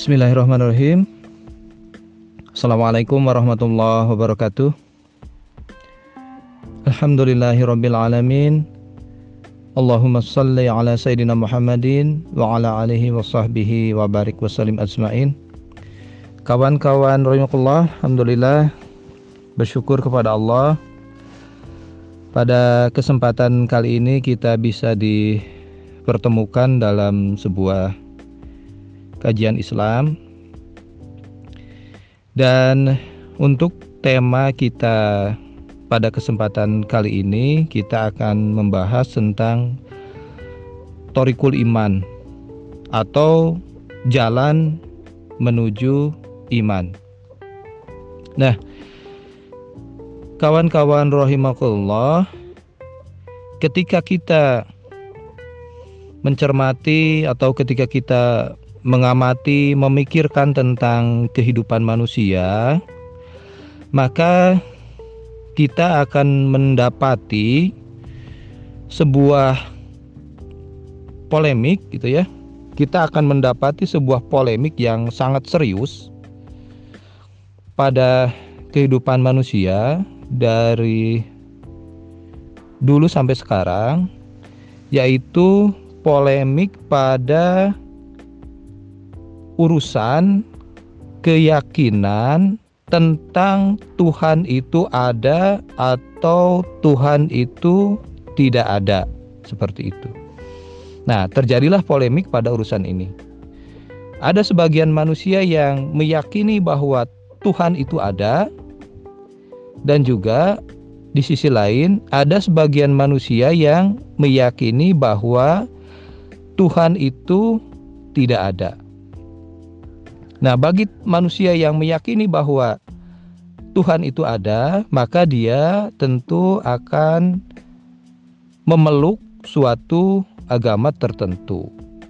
Bismillahirrahmanirrahim. Assalamualaikum warahmatullahi wabarakatuh. Alhamdulillahirabbil alamin. Allahumma shalli ala sayyidina Muhammadin wa ala alihi wa sahbihi wa barik wa sallim ajmain. Kawan-kawan rahimakumullah, alhamdulillah bersyukur kepada Allah. Pada kesempatan kali ini kita bisa dipertemukan dalam sebuah kajian Islam. Dan untuk tema kita pada kesempatan kali ini, kita akan membahas tentang Thoriqul Iman atau jalan menuju iman. Nah, kawan-kawan rahimakumullah, ketika kita mencermati atau ketika kita mengamati, memikirkan tentang kehidupan manusia, maka kita akan mendapati sebuah polemik gitu ya. Kita akan mendapati sebuah polemik yang sangat serius pada kehidupan manusia dari dulu sampai sekarang, yaitu polemik pada urusan keyakinan tentang Tuhan itu ada atau Tuhan itu tidak ada, seperti itu. Nah, terjadilah polemik pada urusan ini. Ada sebagian manusia yang meyakini bahwa Tuhan itu ada, dan juga di sisi lain ada sebagian manusia yang meyakini bahwa Tuhan itu tidak ada. Nah, bagi manusia yang meyakini bahwa Tuhan itu ada, maka dia tentu akan memeluk suatu agama tertentu.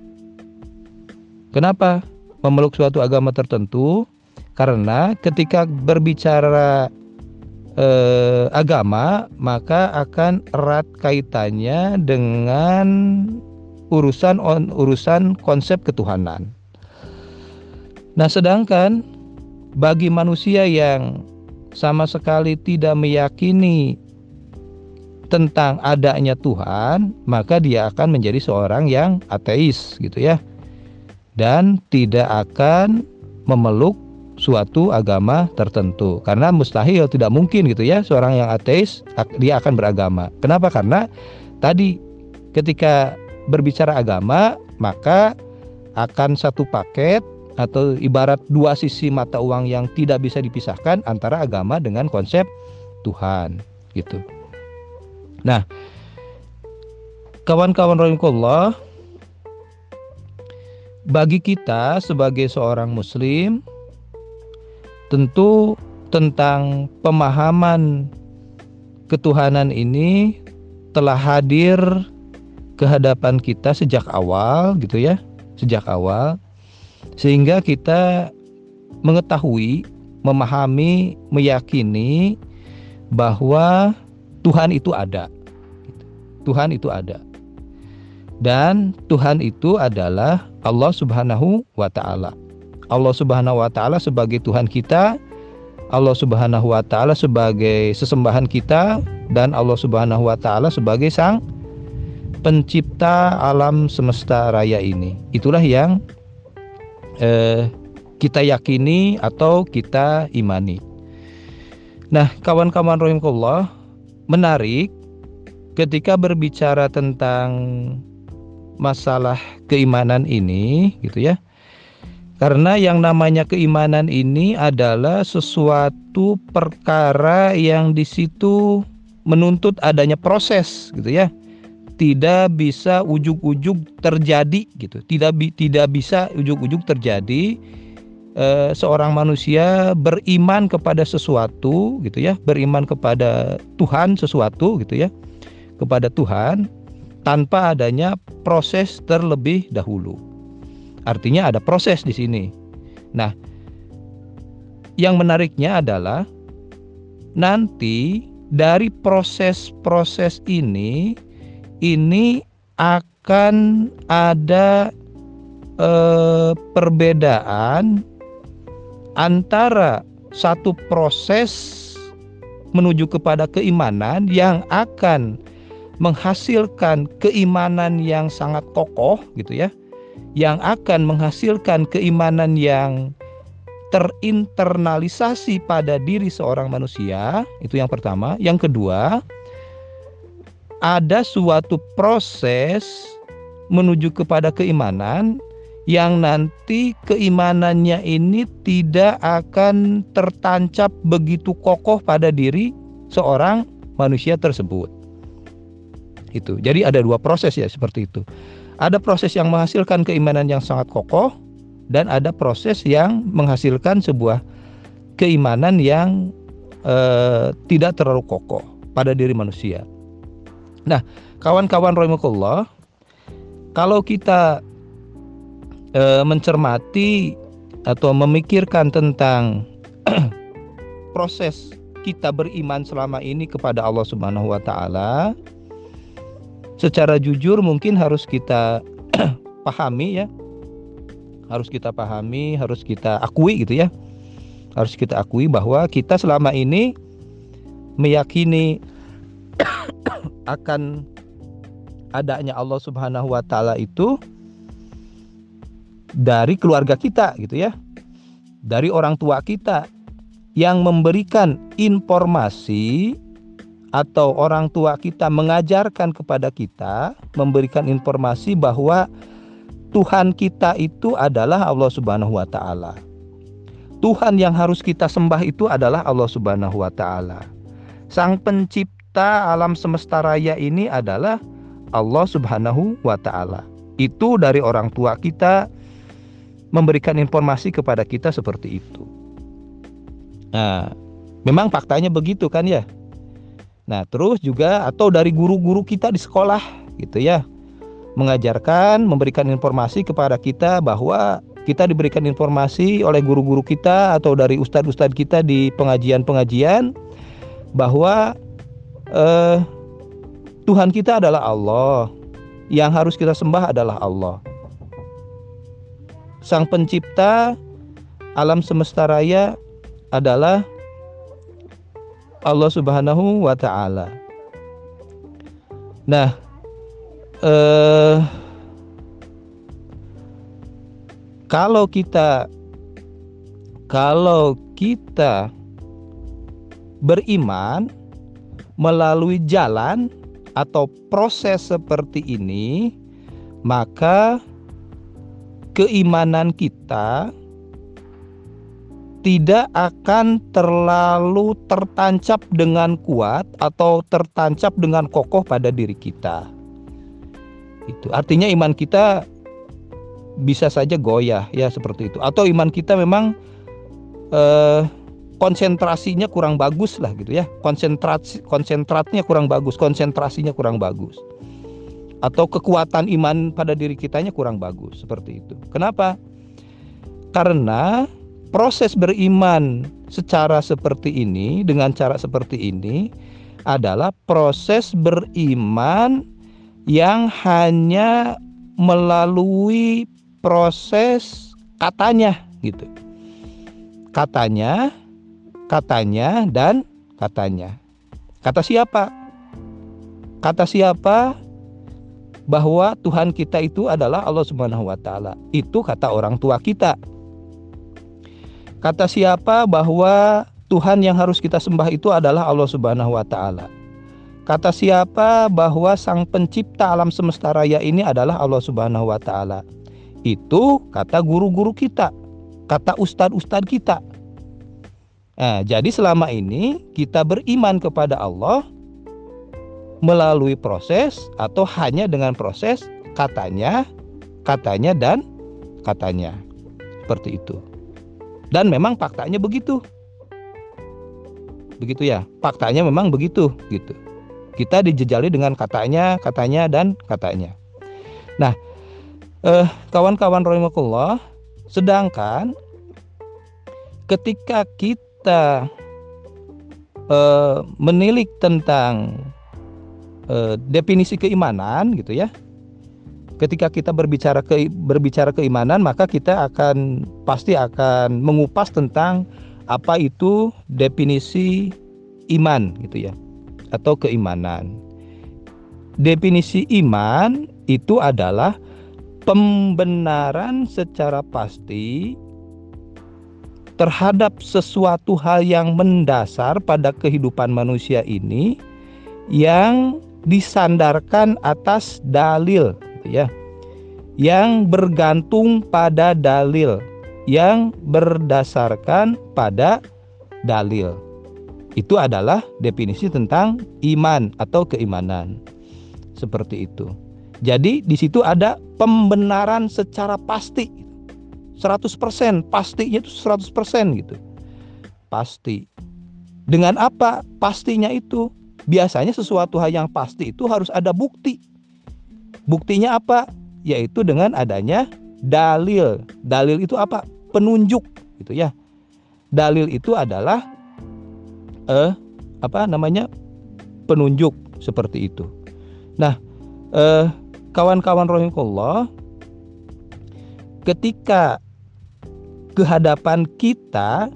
Kenapa memeluk suatu agama tertentu? Karena ketika berbicara agama, maka akan erat kaitannya dengan urusan konsep ketuhanan. Nah, sedangkan bagi manusia yang sama sekali tidak meyakini tentang adanya Tuhan, maka dia akan menjadi seorang yang ateis gitu ya, dan tidak akan memeluk suatu agama tertentu. Karena mustahil, tidak mungkin gitu ya, seorang yang ateis dia akan beragama. Kenapa? Karena tadi ketika berbicara agama, maka akan satu paket atau ibarat dua sisi mata uang yang tidak bisa dipisahkan antara agama dengan konsep Tuhan gitu. Nah, kawan-kawan rahimakumullah, bagi kita sebagai seorang muslim, tentu tentang pemahaman ketuhanan ini telah hadir ke hadapan kita sejak awal gitu ya, sejak awal, sehingga kita mengetahui, memahami, meyakini bahwa Tuhan itu ada. Tuhan itu ada. Dan Tuhan itu adalah Allah Subhanahu wa Ta'ala. Allah Subhanahu wa Ta'ala sebagai Tuhan kita, Allah Subhanahu wa Ta'ala sebagai sesembahan kita, dan Allah Subhanahu wa Ta'ala sebagai Sang Pencipta alam semesta raya ini. Itulah yang kita yakini atau kita imani. Nah, kawan-kawan rahimakumullah, menarik ketika berbicara tentang masalah keimanan ini gitu ya. Karena yang namanya keimanan ini adalah sesuatu perkara yang di situ menuntut adanya proses gitu ya. Tidak bisa ujug-ujug terjadi gitu. Tidak bisa ujug-ujug terjadi seorang manusia beriman kepada sesuatu gitu ya, beriman kepada Tuhan sesuatu gitu ya, kepada Tuhan tanpa adanya proses terlebih dahulu. Artinya ada proses di sini. Nah, yang menariknya adalah nanti dari proses-proses ini akan ada perbedaan antara satu proses menuju kepada keimanan yang akan menghasilkan keimanan yang sangat kokoh gitu ya, yang akan menghasilkan keimanan yang terinternalisasi pada diri seorang manusia. Itu yang pertama. Yang kedua, ada suatu proses menuju kepada keimanan yang nanti keimanannya ini tidak akan tertancap begitu kokoh pada diri seorang manusia tersebut. Itu. Jadi ada dua proses ya seperti itu. Ada proses yang menghasilkan keimanan yang sangat kokoh dan ada proses yang menghasilkan sebuah keimanan yang tidak terlalu kokoh pada diri manusia. Nah, kawan-kawan rahimakumullah, kalau kita mencermati atau memikirkan tentang proses kita beriman selama ini kepada Allah Subhanahu wa taala, secara jujur mungkin harus kita pahami ya. Harus kita pahami, harus kita akui gitu ya. Harus kita akui bahwa kita selama ini meyakini akan adanya Allah Subhanahu wa taala itu dari keluarga kita gitu ya. Dari orang tua kita yang memberikan informasi, atau orang tua kita mengajarkan kepada kita, memberikan informasi bahwa Tuhan kita itu adalah Allah Subhanahu wa taala. Tuhan yang harus kita sembah itu adalah Allah Subhanahu wa taala. Sang pencipta alam semesta raya ini adalah Allah Subhanahu wa taala. Itu dari orang tua kita memberikan informasi kepada kita seperti itu. Nah, memang faktanya begitu kan ya. Nah, terus juga atau dari guru-guru kita di sekolah gitu ya, mengajarkan, memberikan informasi kepada kita bahwa kita diberikan informasi oleh guru-guru kita atau dari ustadz-ustadz kita di pengajian-pengajian bahwa Tuhan kita adalah Allah, yang harus kita sembah adalah Allah. Sang pencipta alam semesta raya adalah Allah Subhanahu wa ta'ala. Nah, kalau kita beriman melalui jalan atau proses seperti ini, maka keimanan kita tidak akan terlalu tertancap dengan kuat atau tertancap dengan kokoh pada diri kita. Itu artinya iman kita bisa saja goyah ya seperti itu. Atau iman kita memang konsentrasinya kurang bagus lah gitu ya. Konsentratnya kurang bagus, konsentrasinya kurang bagus. Atau kekuatan iman pada diri kitanya kurang bagus seperti itu. Kenapa? Karena proses beriman secara seperti ini, dengan cara seperti ini adalah proses beriman yang hanya melalui proses katanya gitu. Katanya, dan katanya. Kata siapa? Kata siapa bahwa Tuhan kita itu adalah Allah Subhanahu wa taala? Itu kata orang tua kita. Kata siapa bahwa Tuhan yang harus kita sembah itu adalah Allah Subhanahu wa taala? Kata siapa bahwa sang pencipta alam semesta raya ini adalah Allah Subhanahu wa taala? Itu kata guru-guru kita, kata ustadz-ustadz kita. Nah, jadi selama ini kita beriman kepada Allah melalui proses atau hanya dengan proses katanya, dan katanya. Seperti itu. Dan memang faktanya begitu. Begitu ya. Faktanya memang begitu gitu. Kita dijejali dengan katanya, dan katanya. Nah, kawan-kawan rahimakumullah, sedangkan ketika kita menilik tentang definisi keimanan gitu ya, ketika kita berbicara keimanan, maka kita pasti akan mengupas tentang apa itu definisi iman gitu ya, atau keimanan. Definisi iman itu adalah pembenaran secara pasti terhadap sesuatu hal yang mendasar pada kehidupan manusia ini yang disandarkan atas dalil gitu ya, yang bergantung pada dalil, yang berdasarkan pada dalil. Itu adalah definisi tentang iman atau keimanan. Seperti itu. Jadi di situ ada pembenaran secara pasti. 100%, pastinya itu 100% gitu. Pasti. Dengan apa pastinya itu? Biasanya sesuatu hal yang pasti itu harus ada bukti. Buktinya apa? Yaitu dengan adanya dalil. Dalil itu apa? Penunjuk gitu ya. Dalil itu adalah penunjuk seperti itu. Nah, kawan-kawan rahimakumullah, ketika kehadapan kita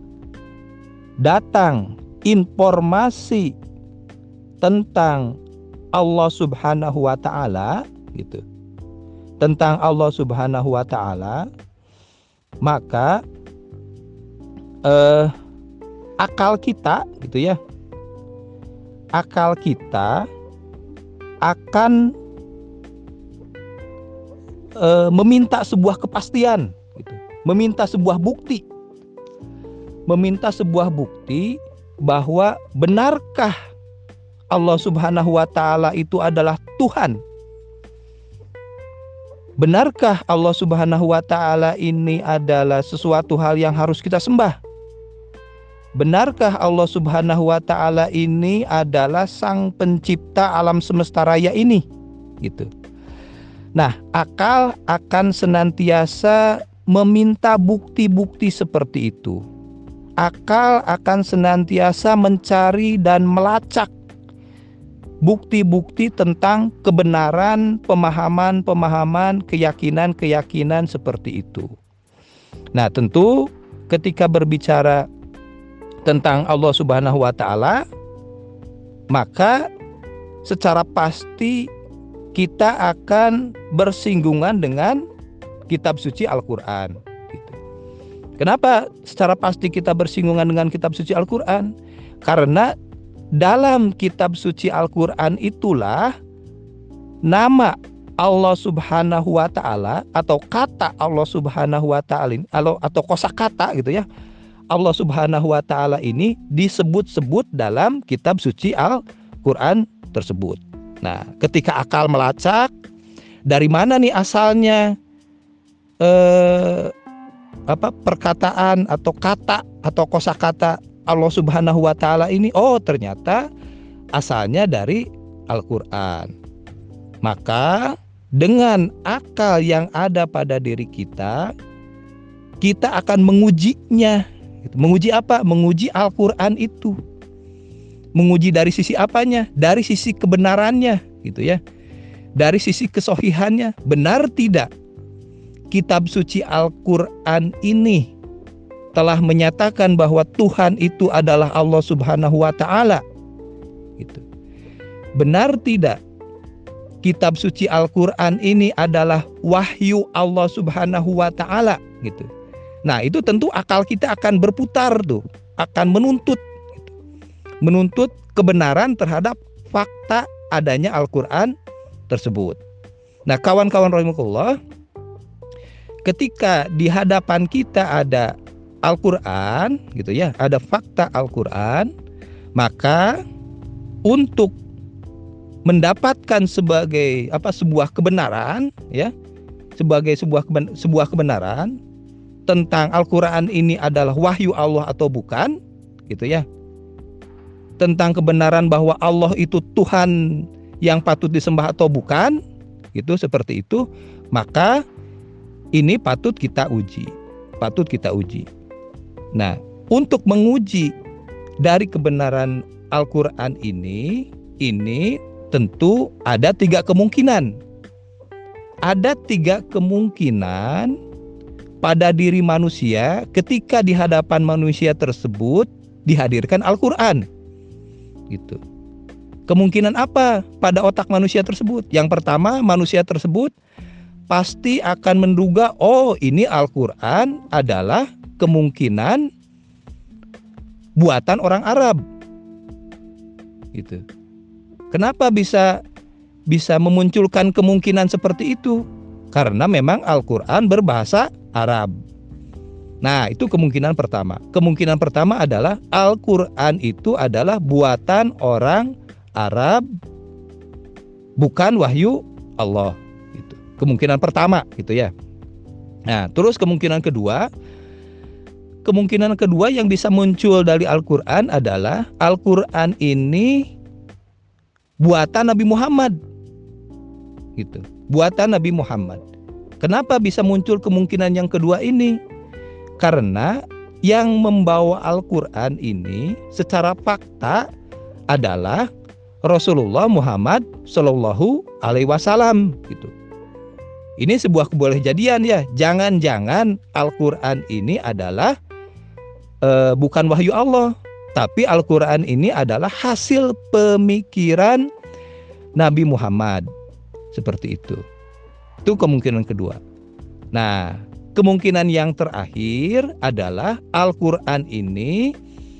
datang informasi tentang Allah Subhanahu wa taala gitu. Tentang Allah Subhanahu wa taala, maka akal kita gitu ya. Akal kita akan meminta sebuah kepastian gitu. Meminta sebuah bukti. Meminta sebuah bukti bahwa benarkah Allah Subhanahu wa taala itu adalah Tuhan? Benarkah Allah Subhanahu wa taala ini adalah sesuatu hal yang harus kita sembah? Benarkah Allah Subhanahu wa taala ini adalah sang pencipta alam semesta raya ini? Gitu. Nah, akal akan senantiasa meminta bukti-bukti seperti itu. Akal akan senantiasa mencari dan melacak bukti-bukti tentang kebenaran, pemahaman-pemahaman, keyakinan-keyakinan seperti itu. Nah, tentu ketika berbicara tentang Allah Subhanahu wa taala, maka secara pasti kita akan bersinggungan dengan kitab suci Al-Qur'an gitu. Kenapa secara pasti kita bersinggungan dengan kitab suci Al-Qur'an? Karena dalam kitab suci Al-Qur'an itulah nama Allah Subhanahu wa taala atau kata Allah Subhanahu wa taala atau kosakata gitu ya. Allah Subhanahu wa taala ini disebut-sebut dalam kitab suci Al-Qur'an tersebut. Nah, ketika akal melacak dari mana nih asalnya perkataan atau kata atau kosakata Allah Subhanahu wa taala ini, oh ternyata asalnya dari Al-Qur'an. Maka dengan akal yang ada pada diri kita akan mengujinya. Menguji apa? Menguji Al-Qur'an itu. Menguji dari sisi apanya? Dari sisi kebenarannya gitu ya. Dari sisi kesohihannya, benar tidak kitab suci Al-Qur'an ini telah menyatakan bahwa Tuhan itu adalah Allah Subhanahu wa taala. Gitu. Benar tidak kitab suci Al-Qur'an ini adalah wahyu Allah Subhanahu wa taala gitu. Nah, itu tentu akal kita akan berputar tuh, akan menuntut gitu. Menuntut kebenaran terhadap fakta adanya Al-Qur'an tersebut. Nah, kawan-kawan rahimakumullah, ketika di hadapan kita ada Al-Qur'an gitu ya, ada fakta Al-Qur'an, maka untuk mendapatkan sebagai sebuah kebenaran ya, sebagai sebuah kebenaran tentang Al-Qur'an ini adalah wahyu Allah atau bukan gitu ya. Tentang kebenaran bahwa Allah itu Tuhan yang patut disembah atau bukan, gitu seperti itu, maka ini patut kita uji. Nah, untuk menguji dari kebenaran Al-Qur'an ini tentu ada 3 kemungkinan. ada 3 kemungkinan pada diri manusia ketika di hadapan manusia tersebut dihadirkan Al-Quran. Gitu. Kemungkinan apa pada otak manusia tersebut? Yang pertama, manusia tersebut pasti akan menduga, oh ini Al-Quran adalah kemungkinan buatan orang Arab. Gitu. Kenapa bisa memunculkan kemungkinan seperti itu? Karena memang Al-Quran berbahasa Arab. Nah, itu kemungkinan pertama. Kemungkinan pertama adalah Al-Quran itu adalah buatan orang Arab, bukan wahyu Allah. Gitu. Kemungkinan pertama, gitu ya. Nah, terus kemungkinan kedua yang bisa muncul dari Al-Quran adalah Al-Quran ini buatan Nabi Muhammad. Gitu. Buatan Nabi Muhammad. Kenapa bisa muncul kemungkinan yang kedua ini? Karena yang membawa Al-Quran ini secara fakta adalah Rasulullah Muhammad Shallallahu Alaihi Wasallam. Gitu. Ini sebuah kebolehjadian ya. Jangan-jangan Al-Quran ini adalah bukan wahyu Allah, tapi Al-Quran ini adalah hasil pemikiran Nabi Muhammad. Seperti itu. Itu kemungkinan kedua. Nah, kemungkinan yang terakhir adalah Al-Quran ini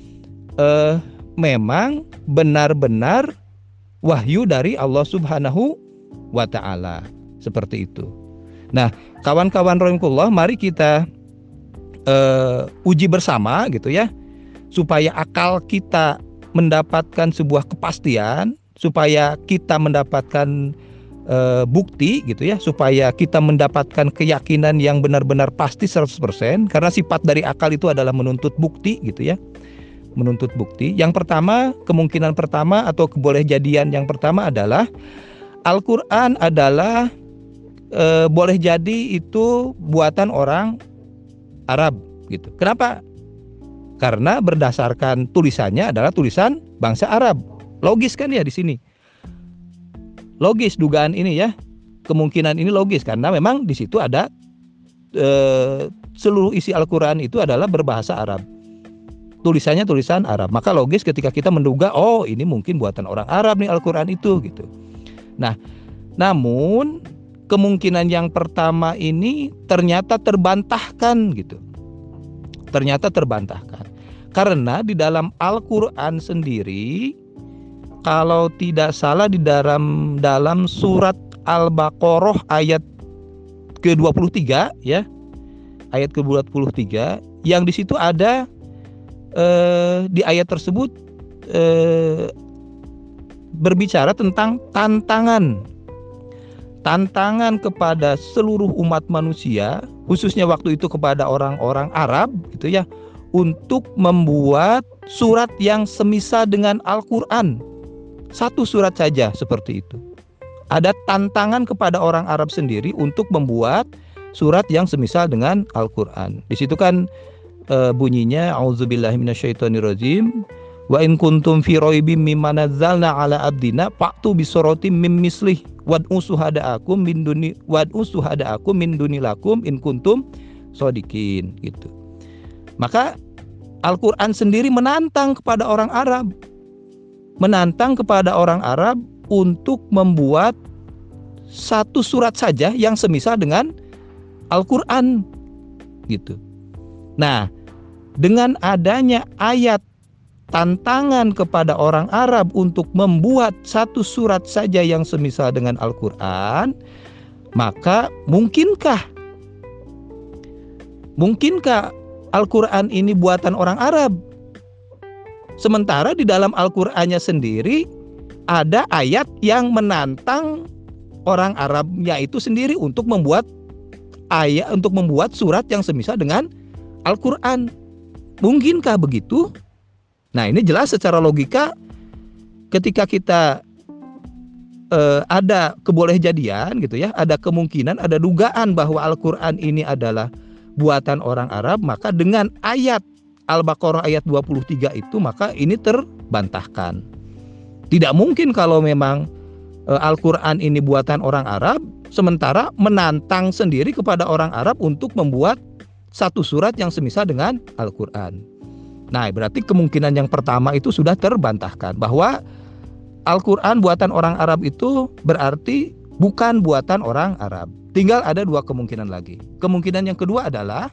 memang benar-benar wahyu dari Allah Subhanahu wa Ta'ala. Seperti itu. Nah, kawan-kawan rahimakumullah, mari kita uji bersama gitu ya, supaya akal kita mendapatkan sebuah kepastian, supaya kita mendapatkan bukti gitu ya, supaya kita mendapatkan keyakinan yang benar-benar pasti 100%, karena sifat dari akal itu adalah menuntut bukti gitu ya. Menuntut bukti. Yang pertama, kemungkinan pertama atau kebolehjadian yang pertama adalah Al-Quran adalah boleh jadi itu buatan orang Arab gitu. Kenapa? Karena berdasarkan tulisannya adalah tulisan bangsa Arab. Logis kan ya di sini. Logis dugaan ini ya. Kemungkinan ini logis karena memang di situ ada seluruh isi Al-Quran itu adalah berbahasa Arab. Tulisannya tulisan Arab. Maka logis ketika kita menduga, oh ini mungkin buatan orang Arab nih Al-Quran itu gitu. Nah, namun kemungkinan yang pertama ini ternyata terbantahkan gitu. Ternyata terbantahkan. Karena di dalam Al-Quran sendiri, kalau tidak salah di dalam surat Al-Baqarah ayat ke-23 ya. Ayat ke-23 yang di situ ada di ayat tersebut berbicara tentang tantangan kepada seluruh umat manusia, khususnya waktu itu kepada orang-orang Arab gitu ya, untuk membuat surat yang semisal dengan Al-Quran. Satu surat saja seperti itu. Ada tantangan kepada orang Arab sendiri untuk membuat surat yang semisal dengan Al-Quran. Di situ kan bunyinya auzubillahi minasyaitonirrajim wa in kuntum fi raibim mimma nazzalna ala abdina fa'tu bi suratim mim mislih wad'u suhada'akum min dunilakum in kuntum shodiqin gitu. Maka Al-Quran sendiri menantang kepada orang Arab, untuk membuat satu surat saja yang semisal dengan Al-Quran gitu. Nah, dengan adanya ayat tantangan kepada orang Arab untuk membuat satu surat saja yang semisal dengan Al-Quran, maka mungkinkah Al-Quran ini buatan orang Arab? Sementara di dalam Al-Qur'annya sendiri ada ayat yang menantang orang Arabnya itu sendiri untuk membuat surat yang semisal dengan Al-Qur'an. Mungkinkah begitu? Nah, ini jelas secara logika ketika kita ada kebolehjadian gitu ya, ada kemungkinan, ada dugaan bahwa Al-Qur'an ini adalah buatan orang Arab, maka dengan ayat Al-Baqarah ayat 23 itu maka ini terbantahkan. Tidak mungkin kalau memang Al-Quran ini buatan orang Arab, sementara menantang sendiri kepada orang Arab untuk membuat satu surat yang semisal dengan Al-Quran. Nah, berarti kemungkinan yang pertama itu sudah terbantahkan, bahwa Al-Quran buatan orang Arab itu berarti bukan buatan orang Arab. Tinggal ada dua kemungkinan lagi. Kemungkinan yang kedua adalah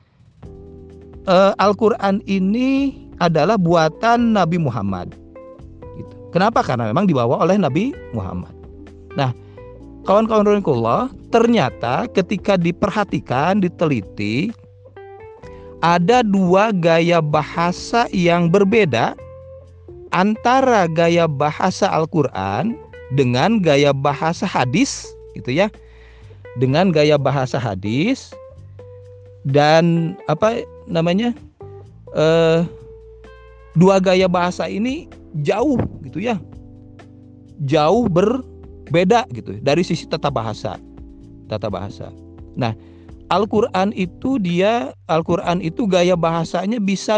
Al-Quran ini adalah buatan Nabi Muhammad. Gitu. Kenapa? Karena memang dibawa oleh Nabi Muhammad. Nah, kawan-kawan rahimakumullah, ternyata ketika diperhatikan, diteliti, ada dua gaya bahasa yang berbeda antara gaya bahasa Al-Quran dengan gaya bahasa hadis, gitu ya. Dengan gaya bahasa hadis dan dua gaya bahasa ini jauh, gitu ya, jauh berbeda gitu dari sisi tata bahasa. Nah, Al-Quran itu gaya bahasanya bisa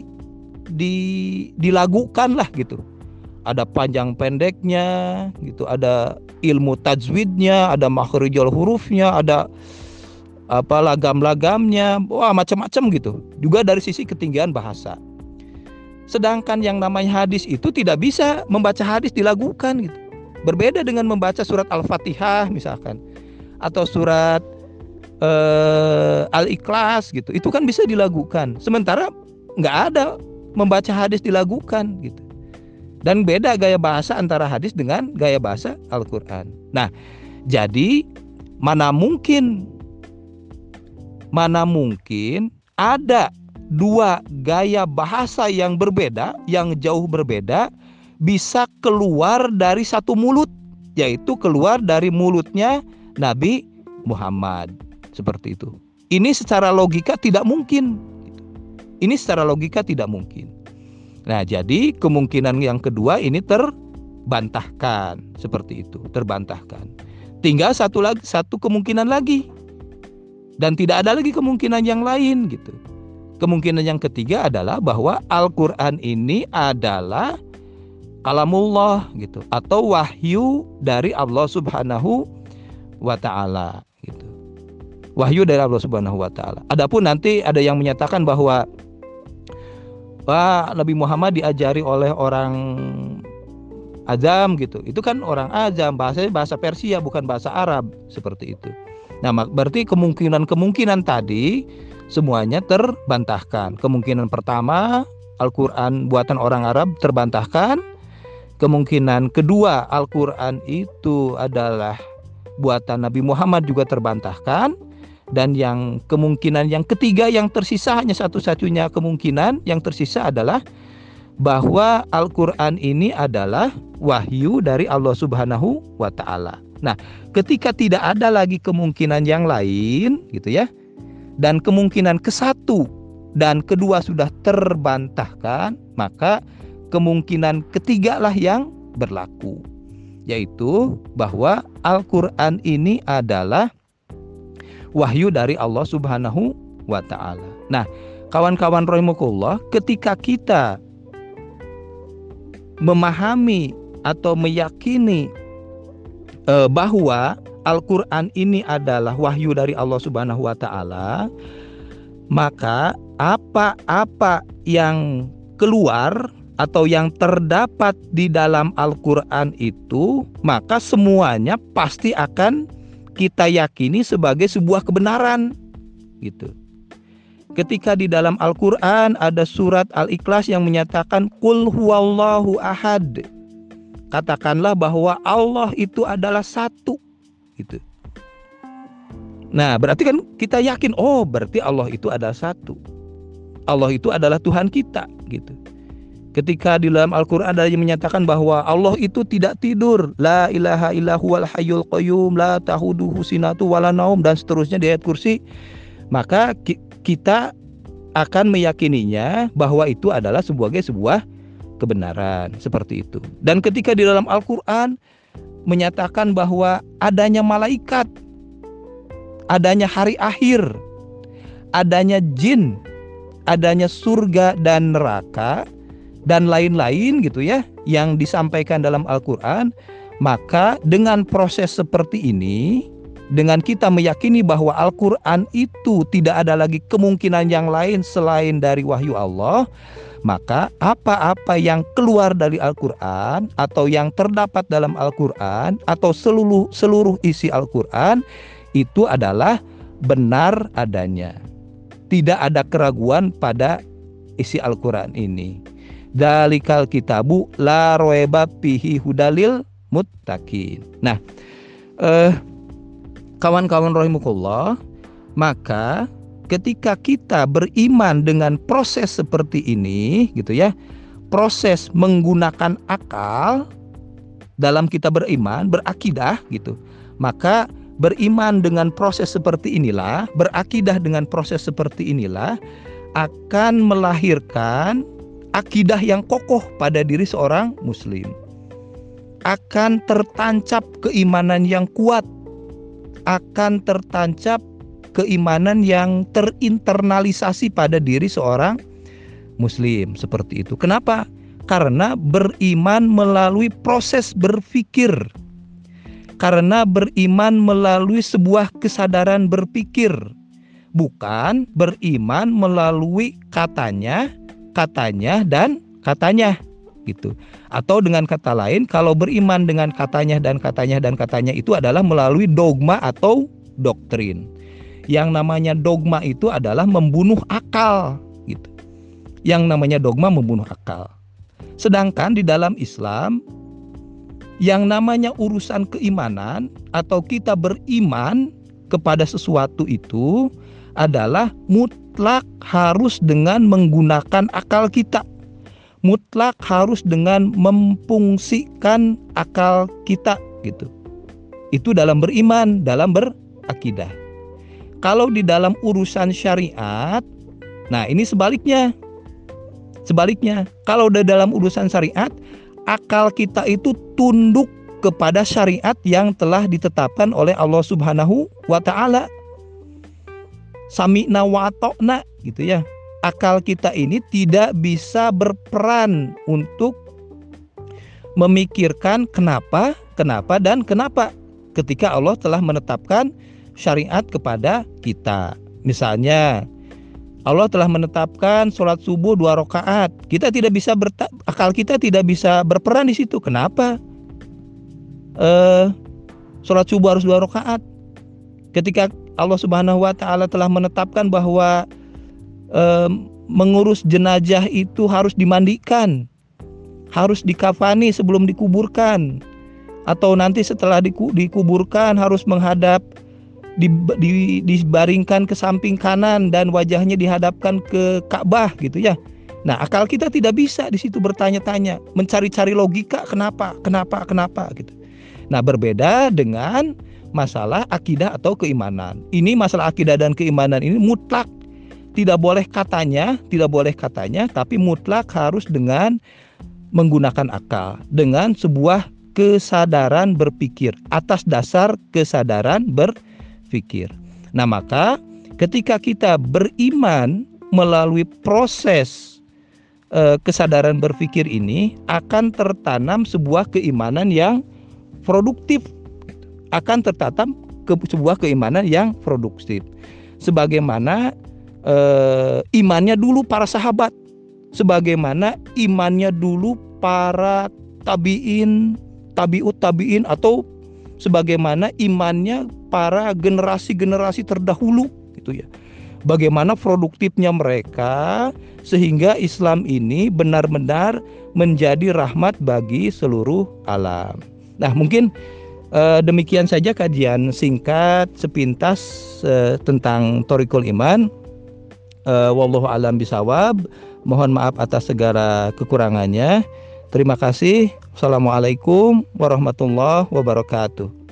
dilagukan lah gitu. Ada panjang pendeknya gitu, ada ilmu tajwidnya, ada makhrijul hurufnya, ada lagam-lagamnya, wah macam-macam gitu. Juga dari sisi ketinggian bahasa. Sedangkan yang namanya hadis itu tidak bisa membaca hadis dilagukan gitu. Berbeda dengan membaca surat Al-Fatihah misalkan, atau surat Al-Ikhlas gitu. Itu kan bisa dilagukan. Sementara nggak ada membaca hadis dilagukan gitu. Dan beda gaya bahasa antara hadis dengan gaya bahasa Al-Quran. Nah, jadi mana mungkin ada dua gaya bahasa yang berbeda, yang jauh berbeda, bisa keluar dari satu mulut, yaitu keluar dari mulutnya Nabi Muhammad. Seperti itu. Ini secara logika tidak mungkin. Nah, jadi kemungkinan yang kedua ini terbantahkan, seperti itu, terbantahkan. Tinggal satu kemungkinan lagi, dan tidak ada lagi kemungkinan yang lain gitu. Kemungkinan yang ketiga adalah bahwa Al-Quran ini adalah kalamullah gitu, atau wahyu dari Allah Subhanahu wa Ta'ala gitu. Wahyu dari Allah Subhanahu wa Ta'ala. Adapun nanti ada yang menyatakan bahwa Nabi Muhammad diajari oleh orang Ajam gitu. Itu kan orang Ajam, bahasanya bahasa Persia bukan bahasa Arab, seperti itu. Nah, berarti kemungkinan tadi semuanya terbantahkan. Kemungkinan pertama, Al-Quran buatan orang Arab terbantahkan. Kemungkinan kedua, Al-Quran itu adalah buatan Nabi Muhammad juga terbantahkan. Dan yang kemungkinan yang ketiga yang tersisa, hanya satu-satunya kemungkinan yang tersisa adalah bahwa Al-Quran ini adalah wahyu dari Allah Subhanahu wa Ta'ala. Nah, ketika tidak ada lagi kemungkinan yang lain gitu ya, dan kemungkinan ke-1 dan kedua sudah terbantahkan, maka kemungkinan ketiga lah yang berlaku, yaitu bahwa Al-Quran ini adalah wahyu dari Allah Subhanahu wa Ta'ala. Nah, kawan-kawan rahimakumullah, ketika kita memahami atau meyakini bahwa Al-Quran ini adalah wahyu dari Allah Subhanahu wa Ta'ala, maka apa-apa yang keluar atau yang terdapat di dalam Al-Quran itu, maka semuanya pasti akan kita yakini sebagai sebuah kebenaran gitu. Ketika di dalam Al-Quran ada surat Al-Ikhlas yang menyatakan Qul huwallahu ahad, katakanlah bahwa Allah itu adalah satu gitu. Nah, berarti kan kita yakin, oh berarti Allah itu adalah satu, Allah itu adalah Tuhan kita gitu. Ketika di dalam Al-Quran ada yang menyatakan bahwa Allah itu tidak tidur, la ilaha illa huwal hayyul qayyum, la tahuduhu sinatu wala naum, dan seterusnya di ayat kursi, maka kita akan meyakininya bahwa itu adalah sebagai sebuah kebenaran, seperti itu. Dan ketika di dalam Al-Quran menyatakan bahwa adanya malaikat, adanya hari akhir, adanya jin, adanya surga dan neraka, dan lain-lain gitu ya, yang disampaikan dalam Al-Quran, Maka dengan proses seperti ini, dengan kita meyakini bahwa Al-Quran itu tidak ada lagi kemungkinan yang lain selain dari wahyu Allah, maka apa-apa yang keluar dari Al-Quran atau yang terdapat dalam Al-Quran atau seluruh isi Al-Quran itu adalah benar adanya. Tidak ada keraguan pada isi Al-Quran ini. Dzalikal kitabu la raiba fihi hudalil muttaqin. Nah, kawan-kawan rahimakumullah, maka ketika kita beriman dengan proses seperti ini gitu ya, proses menggunakan akal dalam kita beriman, berakidah gitu, maka beriman dengan proses seperti inilah, berakidah dengan proses seperti inilah akan melahirkan akidah yang kokoh pada diri seorang muslim. Akan tertancap keimanan yang kuat, akan tertancap keimanan yang terinternalisasi pada diri seorang muslim, seperti itu. Kenapa? Karena beriman melalui proses berpikir, karena beriman melalui sebuah kesadaran berpikir, bukan beriman melalui katanya dan katanya gitu. Atau dengan kata lain, kalau beriman dengan katanya itu adalah melalui dogma atau doktrin. Yang namanya dogma itu adalah membunuh akal gitu. Yang namanya dogma membunuh akal. Sedangkan di dalam Islam, yang namanya urusan keimanan atau kita beriman kepada sesuatu itu adalah mutlak harus dengan menggunakan akal kita. Mutlak harus dengan memfungsikan akal kita gitu. Itu dalam beriman, dalam berakidah. Kalau di dalam urusan syariat, nah ini sebaliknya. Sebaliknya, kalau di dalam urusan syariat, akal kita itu tunduk kepada syariat yang telah ditetapkan oleh Allah Subhanahu wa Ta'ala. Sami'na wa ata'na gitu ya. Akal kita ini tidak bisa berperan untuk memikirkan kenapa ketika Allah telah menetapkan syariat kepada kita. Misalnya Allah telah menetapkan sholat subuh 2 rakaat. Akal kita tidak bisa berperan di situ. Kenapa? Sholat subuh harus 2 rakaat. Ketika Allah Subhanahu wa Ta'ala telah menetapkan bahwa mengurus jenazah itu harus dimandikan, harus dikafani sebelum dikuburkan, atau nanti setelah dikuburkan harus menghadap, dibaringkan ke samping kanan dan wajahnya dihadapkan ke Ka'bah gitu ya. Nah, akal kita tidak bisa di situ bertanya-tanya, mencari-cari logika kenapa gitu. Nah, berbeda dengan masalah akidah atau keimanan. Ini masalah akidah dan keimanan ini mutlak. Tidak boleh katanya, tapi mutlak harus dengan menggunakan akal, dengan sebuah kesadaran berpikir, atas dasar kesadaran berpikir. Nah, maka ketika kita beriman melalui proses kesadaran berpikir ini, akan tertanam sebuah keimanan yang produktif, akan tertanam sebuah keimanan yang produktif. Sebagaimana imannya dulu para sahabat, sebagaimana imannya dulu para tabi'in, atau sebagaimana imannya para generasi-generasi terdahulu gitu ya. Bagaimana produktifnya mereka sehingga Islam ini benar-benar menjadi rahmat bagi seluruh alam. Nah, mungkin demikian saja kajian singkat sepintas tentang Thoriqul Iman. Wallahu a'lam bishawab. Mohon maaf atas segala kekurangannya. Terima kasih. Assalamualaikum warahmatullahi wabarakatuh.